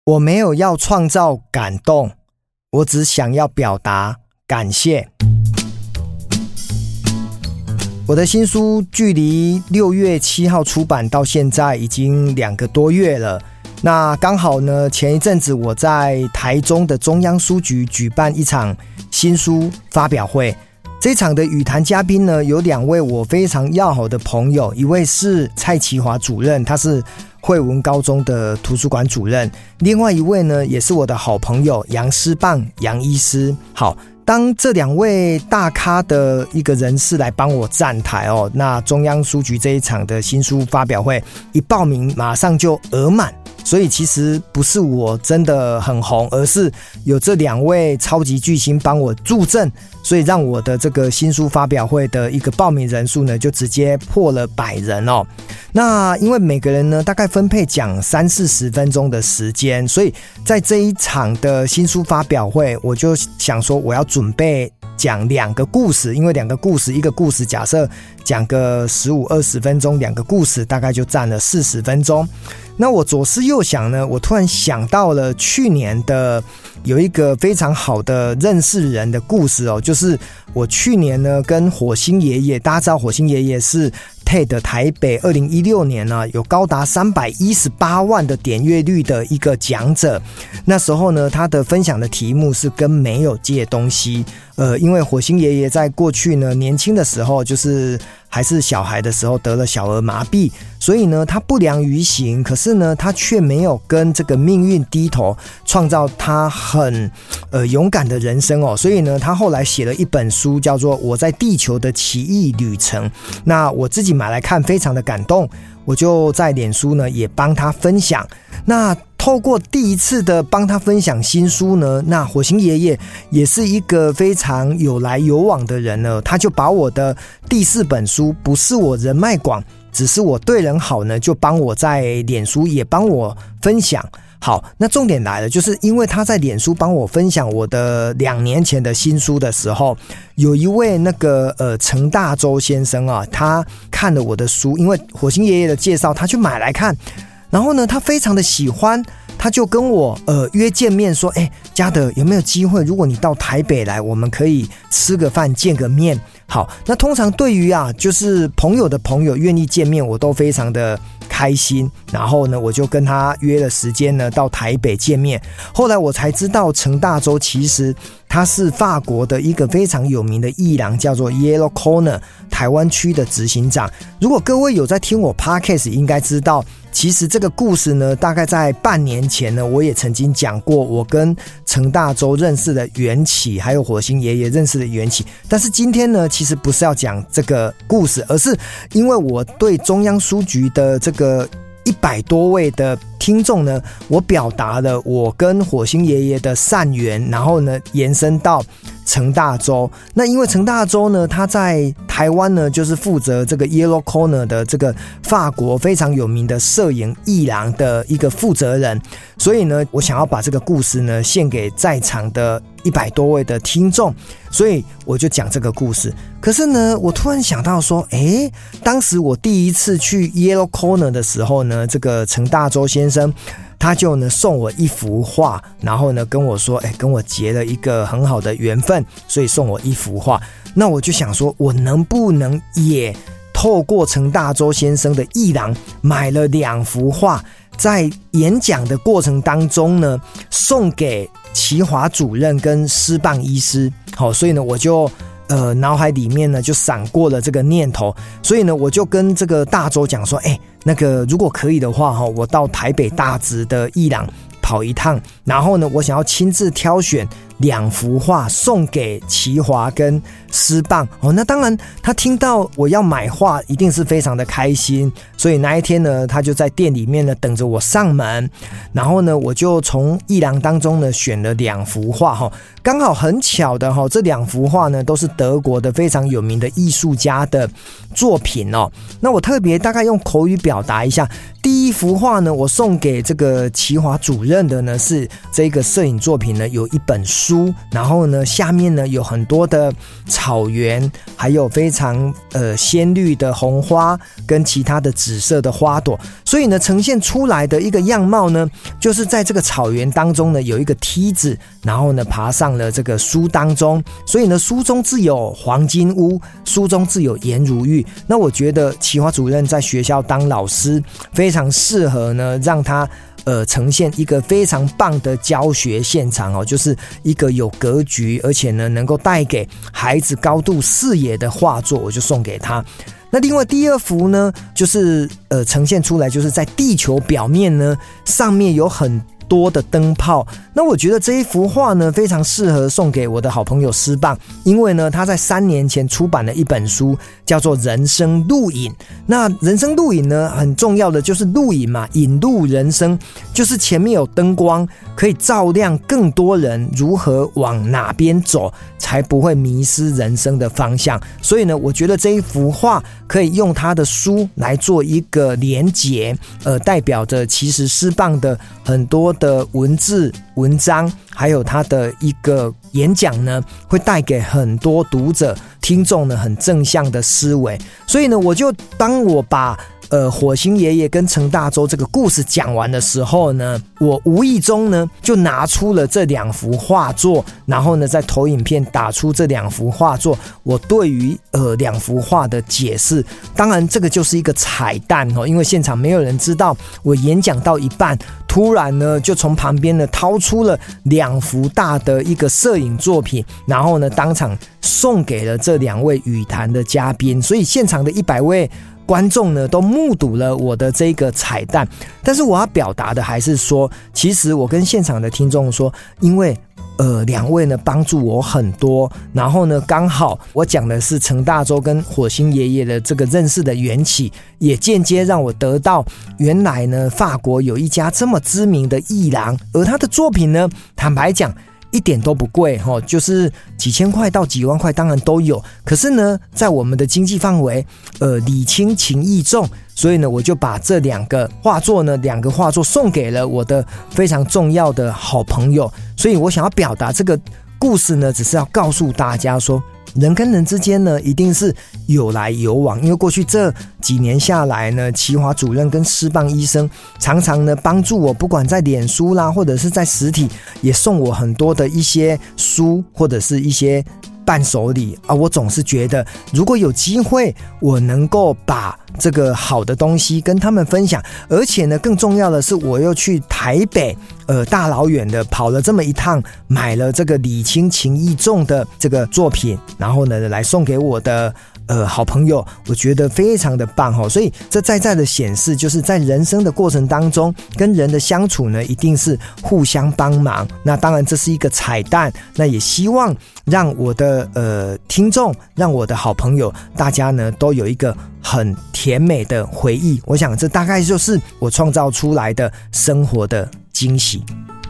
我没有要创造感动，我只想要表达感谢。我的新书距离6月7号出版到现在已经2个多月了。那刚好呢，前一阵子我在台中的中央书局举办一场新书发表会。这场的语坛嘉宾呢，有2位我非常要好的朋友，一位是蔡其华主任，他是惠文高中的图书馆主任，另外一位呢也是我的好朋友杨诗棒杨医师。好，当这2位大咖的一个人士来帮我站台哦，那中央书局这一场的新书发表会一报名马上就额满，所以其实不是我真的很红，而是有这2位超级巨星帮我助阵，所以让我的这个新书发表会的一个报名人数呢就直接破了100人哦。那因为每个人呢大概分配讲30-40分钟的时间，所以在这一场的新书发表会，我就想说我要准备讲2个故事，因为2个故事，一个故事假设讲个15-20分钟，2个故事大概就占了40分钟。那我左思右想呢，我突然想到了去年的有一个非常好的认识人的故事哦，就是我去年呢跟火星爷爷，大家知道火星爷爷是 TED 台北2016年呢有高达318万的点阅率的一个讲者。那时候呢他的分享的题目是跟没有借东西。因为火星爷爷在过去呢年轻的时候，就是还是小孩的时候得了小儿麻痹，所以呢他不良于行，可是呢他却没有跟这个命运低头，创造他很勇敢的人生哦。所以呢他后来写了一本书叫做《我在地球的奇异旅程》，那我自己买来看非常的感动，我就在脸书呢也帮他分享。那透过第一次的帮他分享新书呢，那火星爷爷也是一个非常有来有往的人呢，他就把我的第4本书，不是我人脉广，只是我对人好呢，就帮我在脸书也帮我分享。好，那重点来了，就是因为他在脸书帮我分享我的2年前的新书的时候，有一位那个陈大洲先生啊，他看了我的书，因为火星爷爷的介绍，他去买来看，然后呢他非常的喜欢，他就跟我约见面说，嘉德有没有机会，如果你到台北来，我们可以吃个饭见个面。好，那通常对于就是朋友的朋友愿意见面，我都非常的开心，然后呢我就跟他约了时间呢到台北见面。后来我才知道陈大洲其实他是法国的一个非常有名的艺廊，叫做 Yellow Corner 台湾区的执行长。如果各位有在听我 Podcast 应该知道，其实这个故事呢大概在半年前呢我也曾经讲过我跟陈大洲认识的缘起，还有火星爷爷认识的缘起。但是今天呢其实不是要讲这个故事，而是因为我对中央书局的这个100多位的听众呢，我表达了我跟火星爷爷的善缘，然后呢延伸到陈大洲。那因为陈大洲呢他在台湾呢就是负责这个 Yellow Corner 的这个法国非常有名的摄影艺廊的一个负责人，所以呢我想要把这个故事呢献给在场的100多位的听众，所以我就讲这个故事。可是呢我突然想到说，当时我第一次去 Yellow Corner 的时候呢，这个陈大洲先生他就呢送我一幅画，然后呢跟我说，跟我结了一个很好的缘分，所以送我一幅画。那我就想说，我能不能也透过陈大洲先生的艺廊买了2幅画，在演讲的过程当中呢送给齐华主任跟施棒医师。好，所以呢我就脑海里面呢就闪过了这个念头，所以呢我就跟这个大洲讲说，那个如果可以的话，我到台北大直的艺廊跑一趟，然后呢我想要亲自挑选2幅画送给齐华跟施棒。那当然他听到我要买画一定是非常的开心，所以那一天呢他就在店里面呢等着我上门，然后呢我就从艺廊当中呢选了2幅画。刚好很巧的这2幅画呢都是德国的非常有名的艺术家的作品哦。那我特别大概用口语表达一下，第1幅画呢我送给这个齐华主任的呢是这个摄影作品呢有一本书书，然后呢下面呢有很多的草原，还有非常鲜绿的红花跟其他的紫色的花朵，所以呢呈现出来的一个样貌呢，就是在这个草原当中呢有一个梯子，然后呢爬上了这个书当中，所以呢书中自有黄金屋，书中自有颜如玉。那我觉得企划主任在学校当老师非常适合呢让他呈现一个非常棒的教学现场哦，就是一个有格局，而且呢能够带给孩子高度视野的画作，我就送给他。那另外第二幅呢，就是呈现出来就是在地球表面呢，上面有很多的灯泡。那我觉得这一幅画呢非常适合送给我的好朋友施棒，因为呢他在3年前出版了一本书叫做人生录影。那人生录影呢很重要的就是录影嘛，引路人生，就是前面有灯光可以照亮更多人如何往哪边走，才不会迷失人生的方向。所以呢我觉得这一幅画可以用他的书来做一个连结，代表着其实施棒的很多的文字文章，还有他的一个演讲呢，会带给很多读者听众呢很正向的思维。所以呢当我把火星爷爷跟陈大洲这个故事讲完的时候呢，我无意中呢就拿出了这2幅画作，然后呢在投影片打出这2幅画作我对于2幅画的解释。当然这个就是一个彩蛋哦，因为现场没有人知道我演讲到一半，突然呢就从旁边呢掏出了2幅大的一个摄影作品，然后呢当场送给了这2位语坛的嘉宾，所以现场的100位观众呢都目睹了我的这个彩蛋。但是我要表达的还是说，其实我跟现场的听众说，因为2位呢帮助我很多，然后呢刚好我讲的是陈大洲跟火星爷爷的这个认识的缘起，也间接让我得到原来呢法国有一家这么知名的艺廊，而他的作品呢坦白讲一点都不贵，就是几千块到几万块当然都有，可是呢在我们的经济范围礼轻情意重，所以呢我就把这2个画作送给了我的非常重要的好朋友。所以我想要表达这个故事呢，只是要告诉大家说，人跟人之间呢一定是有来有往，因为过去这几年下来呢，奇华主任跟施棒医生常常呢帮助我，不管在脸书啦或者是在实体，也送我很多的一些书或者是一些伴手礼啊。我总是觉得如果有机会我能够把这个好的东西跟他们分享，而且呢更重要的是我又去台北大老远的跑了这么一趟，买了这个礼轻情意重的这个作品，然后呢来送给我的好朋友，我觉得非常的棒哦。所以这在的显示，就是在人生的过程当中跟人的相处呢一定是互相帮忙。那当然这是一个彩蛋，那也希望让我的听众，让我的好朋友大家呢都有一个很甜美的回忆。我想这大概就是我创造出来的生活的惊喜。